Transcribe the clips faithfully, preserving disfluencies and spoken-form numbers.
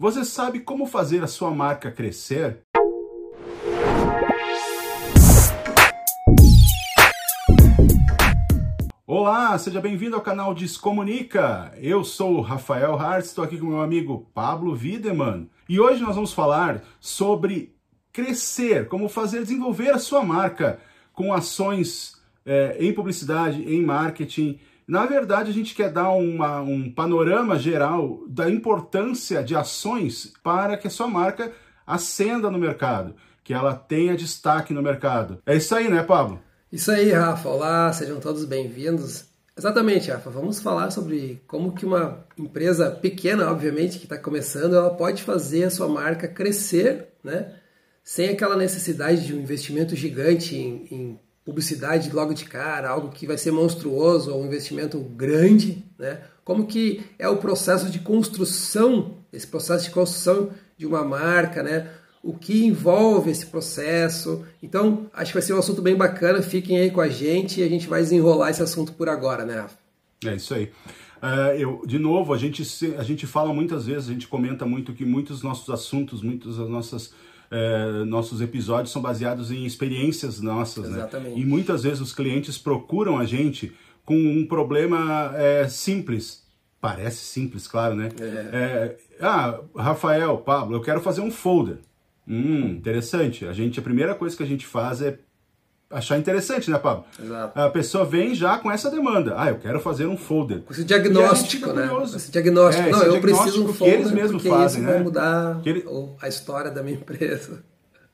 Você sabe como fazer a sua marca crescer? Olá, seja bem-vindo ao canal Descomunica. Eu sou o Rafael Hartz, estou aqui com meu amigo Pablo Wiedemann. E hoje nós vamos falar sobre crescer, como fazer desenvolver a sua marca com ações é, em publicidade, em marketing. Na verdade, a gente quer dar uma, um panorama geral da importância de ações para que a sua marca ascenda no mercado, que ela tenha destaque no mercado. É isso aí, né, Pablo? Isso aí, Rafa. Olá, sejam todos bem-vindos. Exatamente, Rafa. Vamos falar sobre como que uma empresa pequena, obviamente, que está começando, ela pode fazer a sua marca crescer, né? Sem aquela necessidade de um investimento gigante em, em publicidade logo de cara, algo que vai ser monstruoso ou um investimento grande, né? Como que é o processo de construção, esse processo de construção de uma marca, né? O que envolve esse processo. Então, acho que vai ser um assunto bem bacana. Fiquem aí com a gente e a gente vai desenrolar esse assunto por agora, né, Rafa? É isso aí. Uh, eu, de novo, a gente, a gente fala muitas vezes, a gente comenta muito que muitos dos nossos assuntos, muitos das nossas É, nossos episódios são baseados em experiências nossas, Exatamente. Né? E muitas vezes os clientes procuram a gente com um problema é, simples. Parece simples, claro, né? É. É, ah, Rafael, Pablo, eu quero fazer um folder. Hum, interessante. A gente, a primeira coisa que a gente faz é achar interessante, né, Pablo? Exato. A pessoa vem já com essa demanda. Ah, eu quero fazer um folder. Com esse diagnóstico, né? Esse diagnóstico. É, Não, esse eu preciso um folder que eles mesmos porque fazem, isso né? vai mudar ele... a história da minha empresa.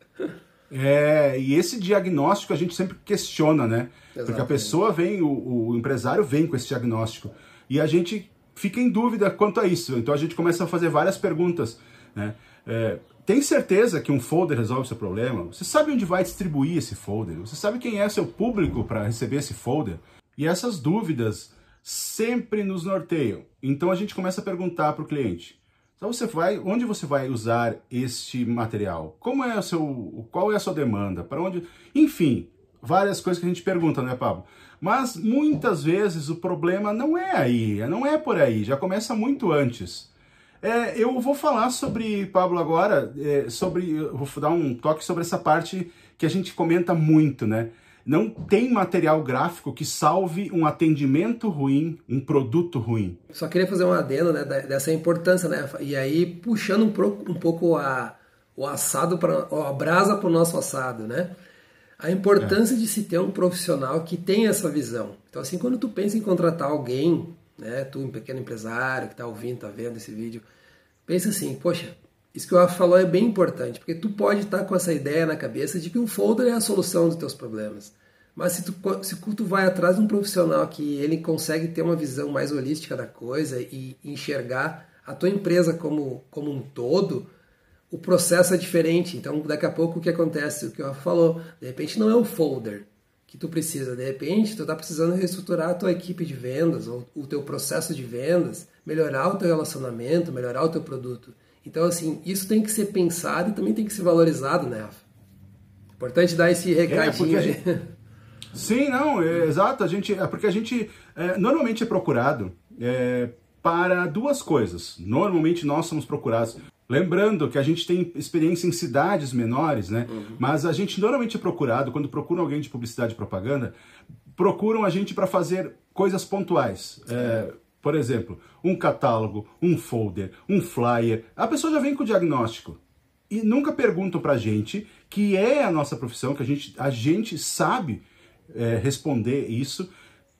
É, e esse diagnóstico a gente sempre questiona, né? Exatamente. Porque a pessoa vem, o, o empresário vem com esse diagnóstico. E a gente fica em dúvida quanto a isso. Então a gente começa a fazer várias perguntas, né? É, tem certeza que um folder resolve o seu problema? Você sabe onde vai distribuir esse folder? Você sabe quem é seu público para receber esse folder? E essas dúvidas sempre nos norteiam. Então a gente começa a perguntar para o cliente: então você vai, onde você vai usar este material? Como é o seu, qual é a sua demanda? Para onde? Enfim, várias coisas que a gente pergunta, né, Pablo? Mas muitas vezes o problema não é aí, não é por aí, já começa muito antes. É, eu vou falar sobre, Pablo, agora, é, sobre, eu vou dar um toque sobre essa parte que a gente comenta muito, né? Não tem material gráfico que salve um atendimento ruim, um produto ruim. Só queria fazer um adendo, né, dessa importância, né? E aí, puxando um, pro, um pouco a, o assado, pra, a brasa para o nosso assado, né? A importância é. de se ter um profissional que tenha essa visão. Então, assim, quando tu pensa em contratar alguém, né, tu, um pequeno empresário que está ouvindo, está vendo esse vídeo, pensa assim, poxa, isso que o Rafa falou é bem importante, porque tu pode estar com essa ideia na cabeça de que um folder é a solução dos teus problemas. Mas se tu, se tu vai atrás de um profissional que ele consegue ter uma visão mais holística da coisa e enxergar a tua empresa como, como um todo, o processo é diferente. Então, daqui a pouco, o que acontece? O que o Rafa falou, de repente não é o folder que tu precisa, de repente tu está precisando reestruturar a tua equipe de vendas, ou o teu processo de vendas, melhorar o teu relacionamento, melhorar o teu produto. Então, assim, isso tem que ser pensado e também tem que ser valorizado, né, Rafa? Importante dar esse recadinho. É, gente... Sim, não, é, exato. A gente, é porque a gente é, normalmente é procurado é, para duas coisas. Normalmente nós somos procurados. Lembrando que a gente tem experiência em cidades menores, né? Uhum. Mas a gente normalmente é procurado, quando procuram alguém de publicidade e propaganda, procuram a gente para fazer coisas pontuais. É, por exemplo, um catálogo, um folder, um flyer. A pessoa já vem com o diagnóstico. E nunca perguntam para a gente, que é a nossa profissão, que a gente, a gente sabe é, responder isso.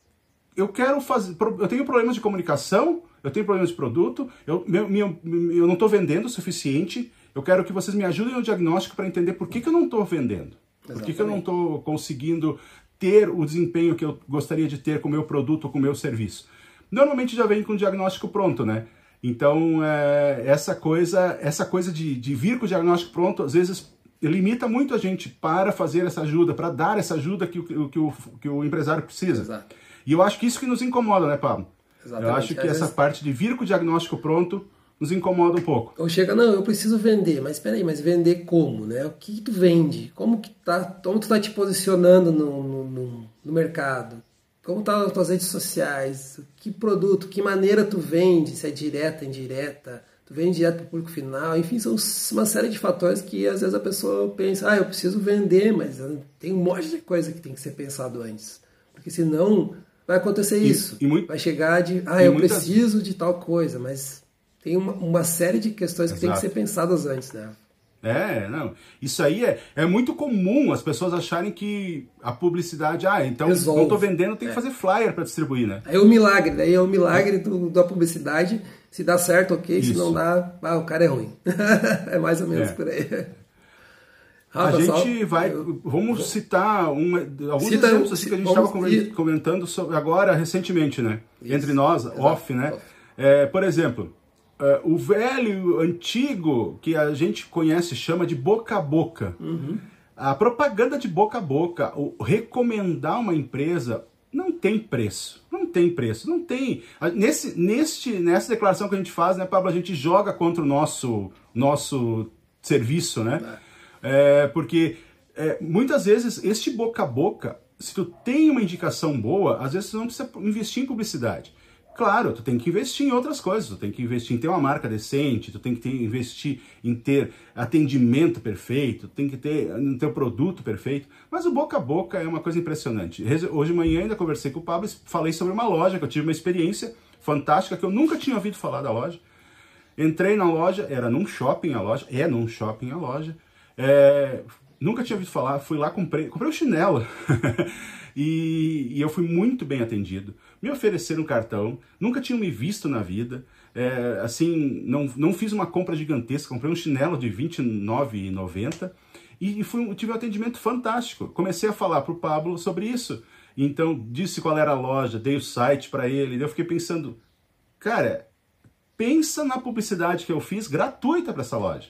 Eu quero fazer, eu tenho problemas de comunicação, eu tenho problemas de produto, eu, meu, meu, eu não estou vendendo o suficiente, eu quero que vocês me ajudem no diagnóstico para entender por que, que eu não estou vendendo. Exatamente. Por que, que eu não estou conseguindo ter o desempenho que eu gostaria de ter com o meu produto ou com o meu serviço. Normalmente já vem com o diagnóstico pronto, né? Então, é, essa coisa, essa coisa de, de vir com o diagnóstico pronto, às vezes limita muito a gente para fazer essa ajuda, para dar essa ajuda que o, que o, que o empresário precisa. Exato. E eu acho que isso que nos incomoda, né, Pablo? Exatamente. Eu acho que Às essa vezes... parte de vir com o diagnóstico pronto nos incomoda um pouco. Ou chega, não, eu preciso vender, mas espera aí, mas vender como, né? O que, que tu vende? Como que tá, como tu tá te posicionando no, no, no, no mercado? Como tá as tuas redes sociais? Que produto, que maneira tu vende? Se é direta, indireta, tu vende direto para o público final, enfim, são uma série de fatores que às vezes a pessoa pensa, ah, eu preciso vender, mas tem um monte de coisa que tem que ser pensado antes. Porque senão vai acontecer e, isso. E muito, vai chegar de, ah, eu muitas... preciso de tal coisa, mas tem uma, uma série de questões que Exato. tem que ser pensadas antes, né? É, não. Isso aí é, é muito comum as pessoas acharem que a publicidade, ah, então Resolve. não tô vendendo, tem que é. fazer flyer para distribuir, né? Aí é o milagre, daí é o milagre do, da publicidade. Se dá certo, ok. Isso. Se não dá, ah, o cara é ruim. É mais ou menos é. por aí. Rafa, a gente só, vai, eu, vamos eu, citar um, alguns cita, exemplos assim, que a gente estava comentando sobre agora, recentemente, né? Isso. Entre nós, Exato. off, né? Off. É, por exemplo, uh, o velho, antigo, que a gente conhece, chama de boca a boca. Uhum. A propaganda de boca a boca, o recomendar uma empresa, não tem preço. Não tem preço. Não tem. Nesse, neste, nessa declaração que a gente faz, né, Pablo, a gente joga contra o nosso, nosso serviço, né? É. É, porque é, muitas vezes este boca a boca, se tu tem uma indicação boa, às vezes tu não precisa investir em publicidade. Claro, tu tem que investir em outras coisas, tu tem que investir em ter uma marca decente, tu tem que ter, investir em ter atendimento perfeito, tu tem que ter no teu produto perfeito, mas o boca a boca é uma coisa impressionante. Hoje de manhã ainda conversei com o Pablo, falei sobre uma loja, que eu tive uma experiência fantástica, que eu nunca tinha ouvido falar da loja. Entrei na loja, era num shopping a loja, é num shopping a loja, É, nunca tinha ouvido falar, fui lá, comprei, comprei um chinelo e, e eu fui muito bem atendido, me ofereceram um cartão, nunca tinham me visto na vida, é, assim, não, não fiz uma compra gigantesca, comprei um chinelo de vinte e nove reais e noventa centavos e, e fui, tive um atendimento fantástico. Comecei a falar para o Pablo sobre isso, então disse qual era a loja, dei o site para ele, eu fiquei pensando, cara, pensa na publicidade que eu fiz gratuita para essa loja.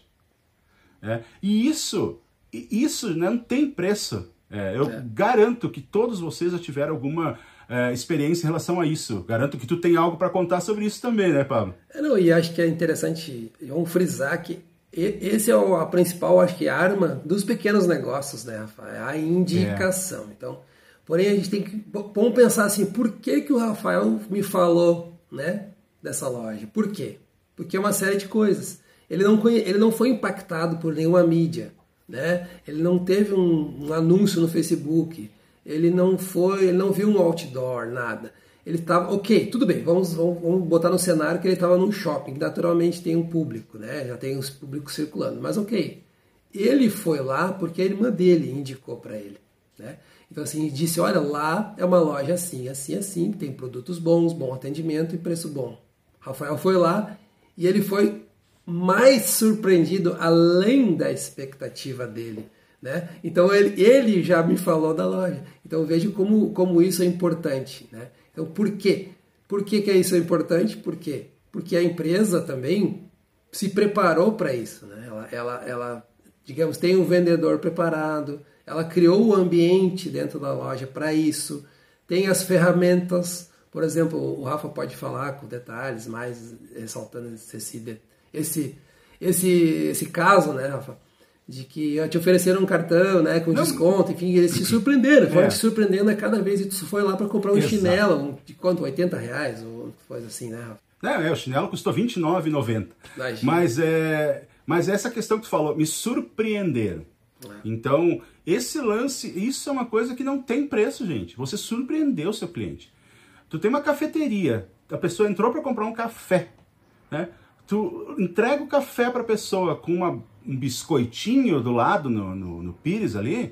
É, e isso, isso não tem preço. É, eu é. garanto que todos vocês já tiveram alguma é, experiência em relação a isso. Garanto que tu tem algo para contar sobre isso também, né, Pablo? É, não, e acho que é interessante, vamos frisar que esse é a principal, acho que, arma dos pequenos negócios, né, Rafael? A indicação. É. Então, porém, a gente tem que vamos pensar assim, por que, que o Rafael me falou, né, dessa loja? Por quê? Porque é uma série de coisas. Ele não, conhe... ele não foi impactado por nenhuma mídia, né? Ele não teve um, um anúncio no Facebook, ele não foi, ele não viu um outdoor, nada. Ele estava, ok, tudo bem, vamos, vamos, vamos botar no cenário que ele estava num shopping, naturalmente tem um público, né? Já tem os públicos circulando, mas ok. Ele foi lá porque a irmã dele indicou para ele, né? Então assim, disse, olha, lá é uma loja assim, assim, assim, tem produtos bons, bom atendimento e preço bom. Rafael foi lá e ele foi mais surpreendido além da expectativa dele, né? Então ele, ele já me falou da loja. Então veja como, como isso é importante, né? Então por quê? Por que, que isso é importante? Por quê? Porque a empresa também se preparou para isso, né? Ela, ela, ela, digamos, tem um vendedor preparado, ela criou o ambiente dentro da loja para isso, tem as ferramentas, por exemplo, o Rafa pode falar com detalhes mais ressaltando esse Esse, esse, esse caso, né, Rafa, de que te ofereceram um cartão, né, com não. desconto, enfim, eles te surpreenderam, foram é. te surpreendendo a cada vez, e tu foi lá para comprar um Exato. chinelo, de quanto, oitenta reais, ou coisa assim, né, Rafa? É, é, o chinelo custou vinte e nove reais e noventa centavos, mas, é, mas essa questão que tu falou, me surpreenderam. É. Então, esse lance, isso é uma coisa que não tem preço, gente, você surpreendeu o seu cliente. Tu tem uma cafeteria, a pessoa entrou para comprar um café, né? Tu entrega o café para a pessoa com uma, um biscoitinho do lado no, no, no pires ali.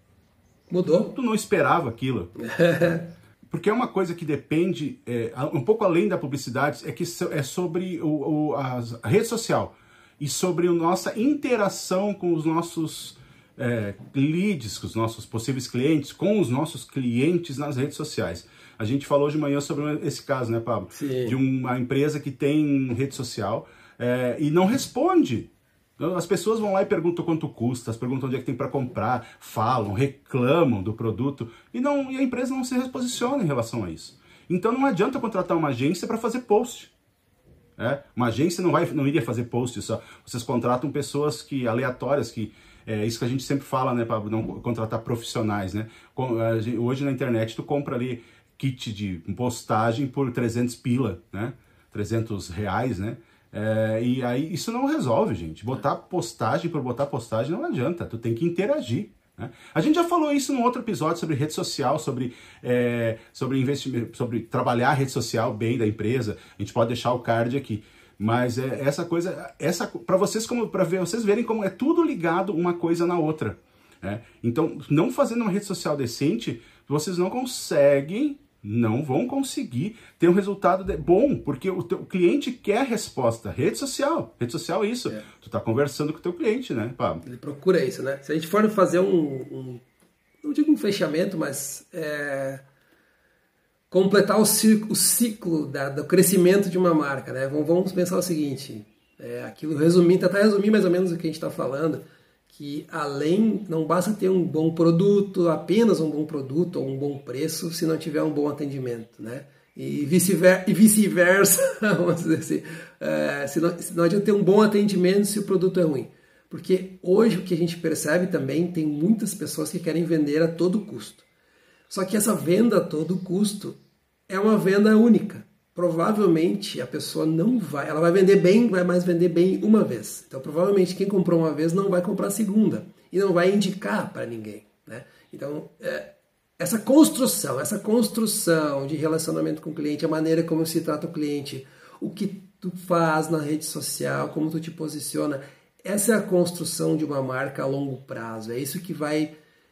Mudou. Tu não esperava aquilo. Porque é uma coisa que depende, é, um pouco além da publicidade, é que é sobre o, o, a rede social e sobre a nossa interação com os nossos é, leads, com os nossos possíveis clientes, com os nossos clientes nas redes sociais. A gente falou hoje de manhã sobre esse caso, né, Pablo? Sim. De uma empresa que tem rede social é, e não responde. As pessoas vão lá e perguntam quanto custa, perguntam onde é que tem para comprar, falam, reclamam do produto e, não, e a empresa não se reposiciona em relação a isso. Então não adianta contratar uma agência para fazer post. É? Uma agência não, vai, não iria fazer post só. Vocês contratam pessoas que, aleatórias, que é isso que a gente sempre fala, né, Pablo? Não contratar profissionais, né? Hoje na internet tu compra ali kit de postagem por trezentos pila, né? trezentos reais, né? É, e aí isso não resolve, gente. Botar postagem por botar postagem não adianta. Tu tem que interagir. Né? A gente já falou isso num outro episódio sobre rede social, sobre, é, sobre investimento, sobre trabalhar a rede social bem da empresa. A gente pode deixar o card aqui. Mas é essa coisa, essa para vocês como para ver, vocês verem como é tudo ligado uma coisa na outra. Né? Então, não fazendo uma rede social decente, vocês não conseguem não vão conseguir ter um resultado de... bom, porque o teu cliente quer resposta. Rede social, rede social é isso. É. Tu tá conversando com o teu cliente, né, Pablo? Ele procura isso, né? Se a gente for fazer um, um não digo um fechamento, mas é, completar o ciclo, o ciclo da, do crescimento de uma marca, né? Vamos, vamos pensar o seguinte, é, aquilo resumindo, tentar resumir mais ou menos o que a gente está falando, que além, não basta ter um bom produto, apenas um bom produto ou um bom preço, se não tiver um bom atendimento, né? E vice-versa, e vice-versa, vamos dizer assim, é, se não, se não adianta ter um bom atendimento se o produto é ruim. Porque hoje o que a gente percebe também, tem muitas pessoas que querem vender a todo custo. Só que essa venda a todo custo é uma venda única. Provavelmente a pessoa não vai, ela vai vender bem, vai mais vender bem uma vez. Então provavelmente quem comprou uma vez não vai comprar a segunda e não vai indicar para ninguém, né? Então é, essa construção, essa construção de relacionamento com o cliente, a maneira como se trata o cliente, o que tu faz na rede social, como tu te posiciona, essa é a construção de uma marca a longo prazo. É isso que vai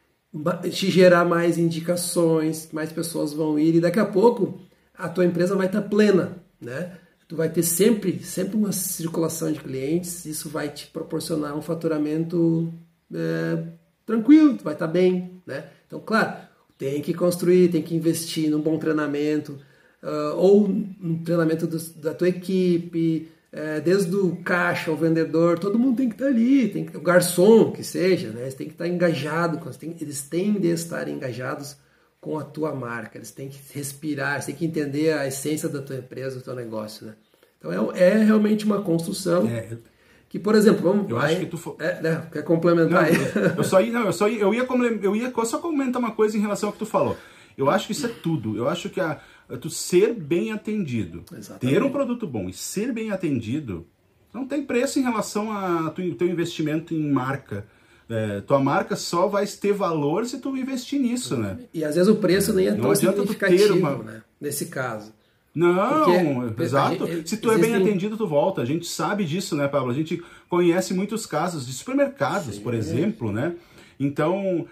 te gerar mais indicações, mais pessoas vão ir e daqui a pouco a tua empresa vai estar plena, né? Tu vai ter sempre, sempre uma circulação de clientes, isso vai te proporcionar um faturamento é, tranquilo, tu vai estar bem, né? Então, claro, tem que construir, tem que investir num bom treinamento, uh, ou no treinamento do, da tua equipe, é, desde o caixa ao vendedor, todo mundo tem que estar ali, tem que, o garçom que seja, né? Eles têm que estar engajado, eles têm de estar engajados com a tua marca, eles têm que respirar, eles têm que entender a essência da tua empresa, do teu negócio, né? Então é, é realmente uma construção é, que, por exemplo, vamos... Eu aí, acho que tu... For... É, né, quer complementar não, aí? Eu, eu só ia, não, eu só ia, eu ia, eu ia só comentar uma coisa em relação ao que tu falou. Eu acho que isso é tudo. Eu acho que a, tu ser bem atendido, exatamente, ter um produto bom e ser bem atendido, não tem preço em relação ao teu investimento em marca. É, tua marca só vai ter valor se tu investir nisso, né? E às vezes o preço nem é tão significativo, uma... né? Nesse caso. Não, porque, exato. Gente, se tu existem... é bem atendido, tu volta. A gente sabe disso, né, Pablo? A gente conhece muitos casos de supermercados, sim, por exemplo, né? Então,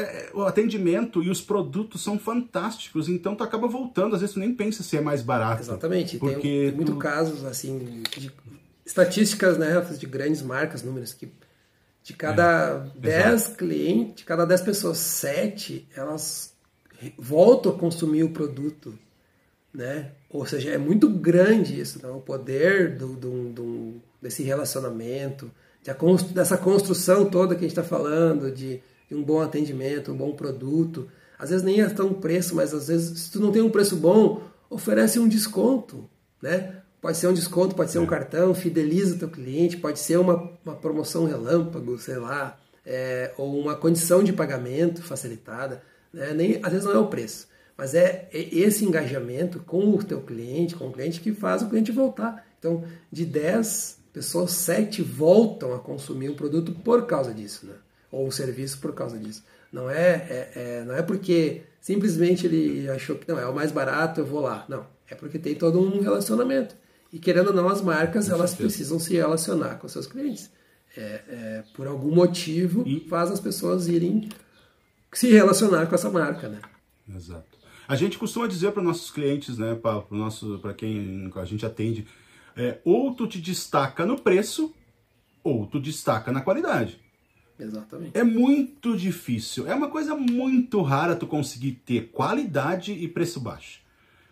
o atendimento e os produtos são fantásticos, então tu acaba voltando, às vezes tu nem pensa se é mais barato. Exatamente, porque tem, tem muitos tu... casos, assim, de estatísticas, né, de grandes marcas, números que de cada é, dez clientes, de cada dez pessoas, sete, elas voltam a consumir o produto, né? Ou seja, é muito grande isso, né? O poder do, do, do, desse relacionamento, de a constru, dessa construção toda que a gente está falando, de, de um bom atendimento, um bom produto. Às vezes nem é tão preço, mas às vezes, se tu não tem um preço bom, oferece um desconto, né? Pode ser um desconto, pode ser um cartão, fideliza o teu cliente, pode ser uma, uma promoção relâmpago, sei lá, é, ou uma condição de pagamento facilitada, né? Nem, às vezes não é o preço, mas é, é esse engajamento com o teu cliente, com o cliente, que faz o cliente voltar. Então, de dez pessoas, sete voltam a consumir um produto por causa disso, né? Ou um serviço por causa disso. Não é, é, é, não é porque simplesmente ele achou que não, é o mais barato, eu vou lá. Não, é porque tem todo um relacionamento. E querendo ou não, as marcas, com elas certeza, precisam se relacionar com seus clientes. É, é, por algum motivo, e... faz as pessoas irem se relacionar com essa marca, né? Exato. A gente costuma dizer para os nossos clientes, né, para quem a gente atende, é, ou tu te destaca no preço, ou tu destaca na qualidade. Exatamente. É muito difícil. É uma coisa muito rara tu conseguir ter qualidade e preço baixo.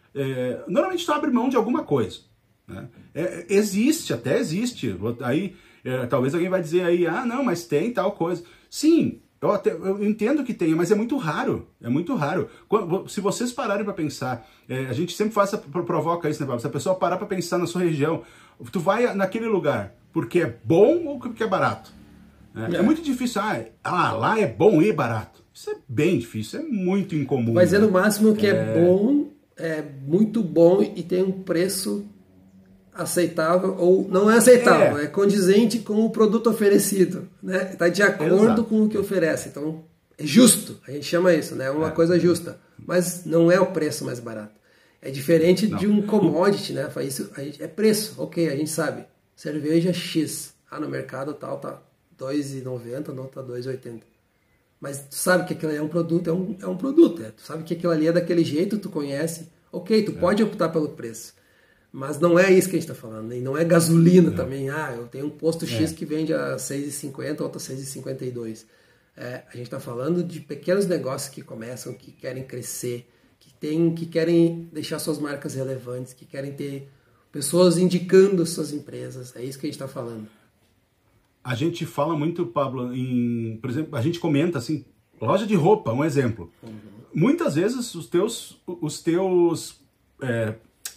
É, normalmente tu abre mão de alguma coisa. Né? É, existe, até existe. Aí é, talvez alguém vai dizer aí, ah, não, mas tem tal coisa. Sim, eu, até, eu entendo que tenha, mas é muito raro. É muito raro. Quando, se vocês pararem para pensar, é, a gente sempre faz, provoca isso, né, Pablo? Se a pessoa parar para pensar na sua região, tu vai naquele lugar porque é bom ou porque é barato? É, é. é muito difícil. Ah, ah, lá é bom e barato. Isso é bem difícil, é muito incomum. Vai dizer né? no máximo que é... é bom, é muito bom e tem um preço aceitável ou não é aceitável, é, é condizente com o produto oferecido, né? Está de acordo Exato. Com o que oferece, então é justo, a gente chama isso, né? Uma é. coisa justa, mas não é o preço mais barato. É diferente não. de um commodity, né? Isso, a gente, é preço, ok, a gente sabe. Cerveja X, ah, no mercado tal tá dois reais e noventa centavos, não tá dois reais e oitenta centavos. Mas tu sabe que aquilo ali é um produto, é um, é um produto, é. Tu sabe que aquilo ali é daquele jeito, tu conhece, ok, tu é. pode optar pelo preço. Mas não é isso que a gente está falando, e não é gasolina não. também. Ah, eu tenho um posto X é. que vende a seis reais e cinquenta centavos, outro a seis reais e cinquenta e dois centavos. É, a gente está falando de pequenos negócios que começam, que querem crescer, que, tem, que querem deixar suas marcas relevantes, que querem ter pessoas indicando suas empresas. É isso que a gente está falando. A gente fala muito, Pablo, em, por exemplo, a gente comenta assim, loja de roupa, um exemplo. Uhum. Muitas vezes os teus, os teus é,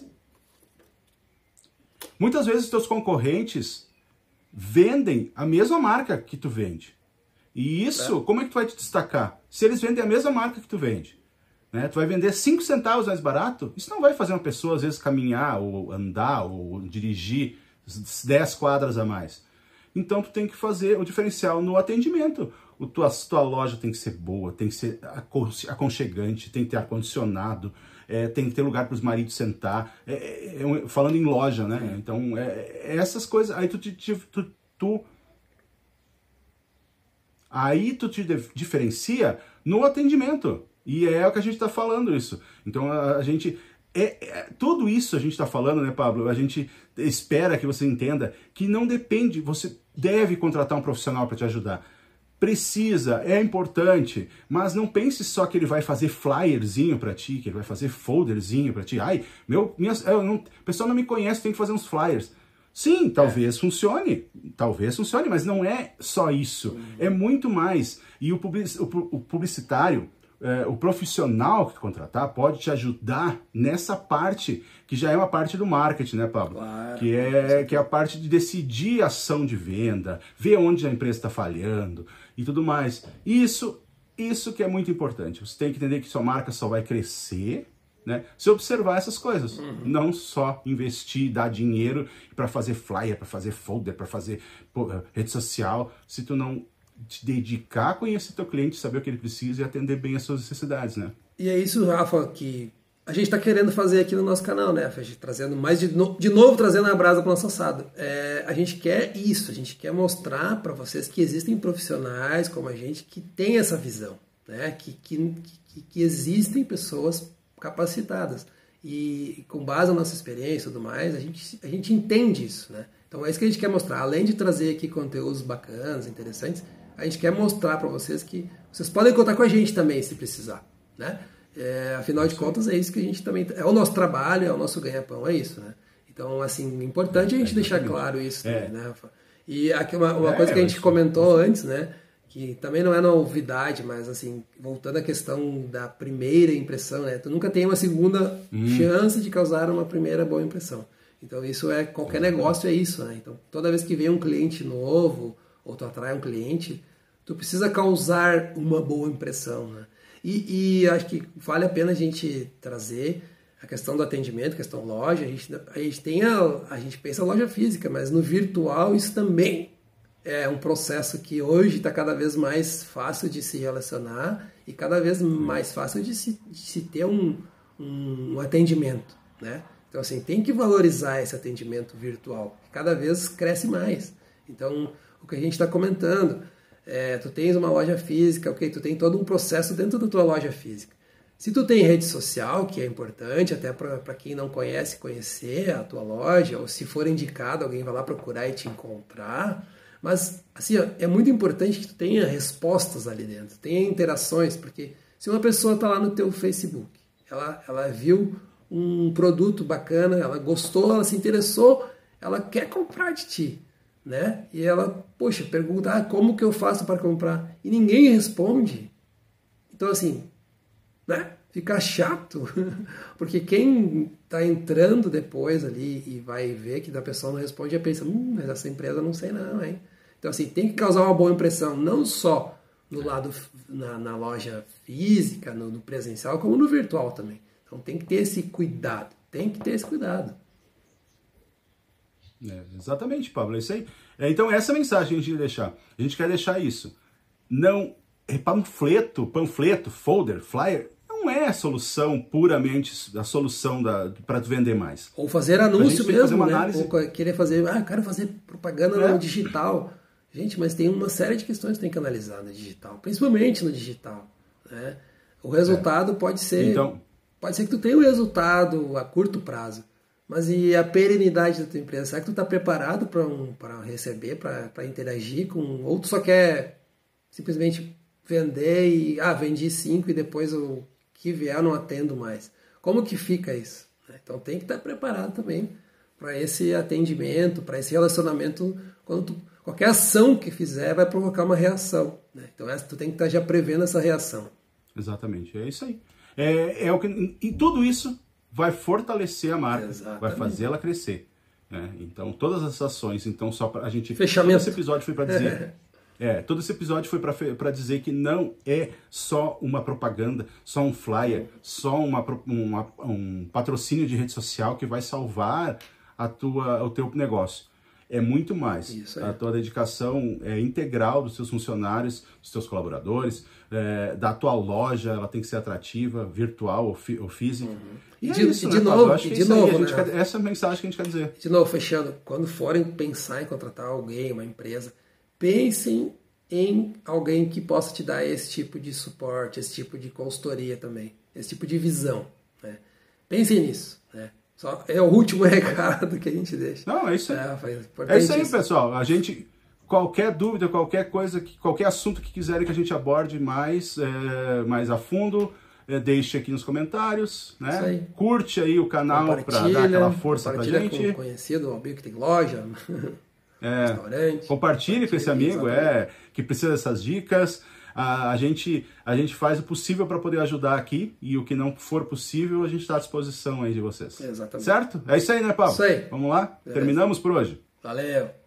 muitas vezes os teus concorrentes vendem a mesma marca que tu vende. E isso, é. como é que tu vai te destacar? Se eles vendem a mesma marca que tu vende, né? Tu vai vender cinco centavos mais barato, isso não vai fazer uma pessoa, às vezes, caminhar, ou andar, ou dirigir dez quadras a mais. Então, tu tem que fazer o diferencial no atendimento. A tua, tua loja tem que ser boa, tem que ser aconchegante, tem que ter ar-condicionado, é, tem que ter lugar para os maridos sentar. É, é, falando em loja, né? Então, é, é essas coisas. Aí tu, te, tu, tu Aí tu te diferencia no atendimento. E é o que a gente está falando isso. Então a, a gente... É, é, tudo isso a gente está falando, né, Pablo? A gente espera que você entenda que não depende, você deve contratar um profissional para te ajudar. Precisa, é importante, mas não pense só que ele vai fazer flyerzinho para ti, que ele vai fazer folderzinho para ti. Ai, meu, minha, eu não, o pessoal não me conhece, tem que fazer uns flyers. Sim, talvez é. funcione, talvez funcione, mas não é só isso, uhum. é muito mais. E o, public, o, o publicitário, é, o profissional que tu contratar pode te ajudar nessa parte, que já é uma parte do marketing, né, Pablo? Claro. Que é, que é a parte de decidir a ação de venda, ver onde a empresa está falhando e tudo mais. Isso, isso que é muito importante. Você tem que entender que sua marca só vai crescer, né? Se observar essas coisas, uhum. não só investir, dar dinheiro para fazer flyer, para fazer folder, para fazer pô, rede social, se tu não te dedicar a conhecer teu cliente, saber o que ele precisa e atender bem as suas necessidades, né? E é isso, Rafa, que a gente está querendo fazer aqui no nosso canal, né? A gente trazendo mais de, no, de novo trazendo a brasa para o nosso assado. É, a gente quer isso, a gente quer mostrar para vocês que existem profissionais como a gente que tem essa visão, né? Que, que, que, que existem pessoas capacitadas. E com base na nossa experiência e tudo mais, a gente, a gente entende isso, né? Então é isso que a gente quer mostrar. Além de trazer aqui conteúdos bacanas, interessantes, a gente quer mostrar para vocês que vocês podem contar com a gente também, se precisar, né? É, afinal de contas, é isso que a gente também... É o nosso trabalho, é o nosso ganha-pão, é isso, né? Então, assim, é importante a gente deixar claro isso é. também, né, Rafa? E aqui uma, uma é, coisa que a gente comentou antes, né? Que também não é novidade, mas assim, voltando à questão da primeira impressão, né? Tu nunca tem uma segunda hum. chance de causar uma primeira boa impressão. Então isso é, qualquer negócio é isso, né? Então toda vez que vem um cliente novo, ou tu atrai um cliente, tu precisa causar uma boa impressão, né? E, e acho que vale a pena a gente trazer a questão do atendimento, a questão loja, a gente, a gente tem a, a gente pensa loja física, mas no virtual isso também é um processo que hoje está cada vez mais fácil de se relacionar e cada vez mais fácil de se, de se ter um, um, um atendimento, né? Então, assim, tem que valorizar esse atendimento virtual, que cada vez cresce mais. Então, o que a gente está comentando, é, tu tens uma loja física, ok, tu tem todo um processo dentro da tua loja física. Se tu tem rede social, que é importante até para quem não conhece, conhecer a tua loja, ou se for indicado, alguém vai lá procurar e te encontrar. Mas, assim, ó, é muito importante que tu tenha respostas ali dentro, tenha interações, porque se uma pessoa está lá no teu Facebook, ela, ela viu um produto bacana, ela gostou, ela se interessou, ela quer comprar de ti, né? E ela, poxa, pergunta, ah, como que eu faço para comprar? E ninguém responde. Então, assim, né? Fica chato, porque quem está entrando depois ali e vai ver que a pessoa não responde, já pensa, hum, mas essa empresa não sei não, hein? Então, assim, tem que causar uma boa impressão, não só no lado, na, na loja física, no, no presencial, como no virtual também. Então, tem que ter esse cuidado, tem que ter esse cuidado. É, exatamente, Pablo, é isso aí. É, então, essa mensagem que a gente quer deixar. A gente quer deixar isso. Não, é panfleto, panfleto, folder, flyer, não é a solução puramente, a solução para vender mais. Ou fazer anúncio mesmo, né? Análise... Ou querer fazer, ah, eu quero fazer propaganda é. no digital. Gente, mas tem uma série de questões que tem que analisar no digital, principalmente no digital, né? O resultado é. pode ser, então... pode ser que tu tenha um resultado a curto prazo, mas e a perenidade da tua empresa? Será que tu está preparado para um, para receber, para interagir com, ou tu só quer simplesmente vender e, ah, vendi cinco e depois o que vier eu não atendo mais? Como que fica isso? Então tem que estar preparado também para esse atendimento, para esse relacionamento. Quando tu, qualquer ação que fizer vai provocar uma reação, né? Então essa, tu tem que estar já prevendo essa reação. Exatamente, é isso aí. É, é o que, e tudo isso vai fortalecer a marca, Exatamente. vai fazer ela crescer. Né? Então todas as ações, então só para a gente... Fechamento. Todo esse episódio foi para dizer... é, todo esse episódio foi para dizer que não é só uma propaganda, só um flyer, só uma, uma, um patrocínio de rede social que vai salvar a tua, o teu negócio. É muito mais. A tua dedicação é integral dos seus funcionários, dos seus colaboradores, é, da tua loja, ela tem que ser atrativa, virtual ou, fi, ou física. Uhum. E, e, de, é isso, e de né, novo, e de novo aí, né? quer, essa é a mensagem que a gente quer dizer. De novo, fechando, quando forem pensar em contratar alguém, uma empresa, pensem em alguém que possa te dar esse tipo de suporte, esse tipo de consultoria também, esse tipo de visão. Né? Pensem nisso, né? Só é o último recado que a gente deixa. Não, é isso aí. É, é isso aí, pessoal. A gente, qualquer dúvida, qualquer coisa, qualquer assunto que quiserem que a gente aborde mais, é, mais a fundo, é, deixe aqui nos comentários, né? Isso aí. Curte aí o canal para dar aquela força pra gente. Com conhecido, um amigo que tem loja, é, restaurante. Compartilhe com esse amigo, é, que precisa dessas dicas. A, a, gente, a gente faz o possível para poder ajudar aqui, e o que não for possível, a gente está à disposição aí de vocês. Exatamente. Certo? É isso aí, né, Pablo? Isso aí. Vamos lá? Beleza. Terminamos por hoje. Valeu.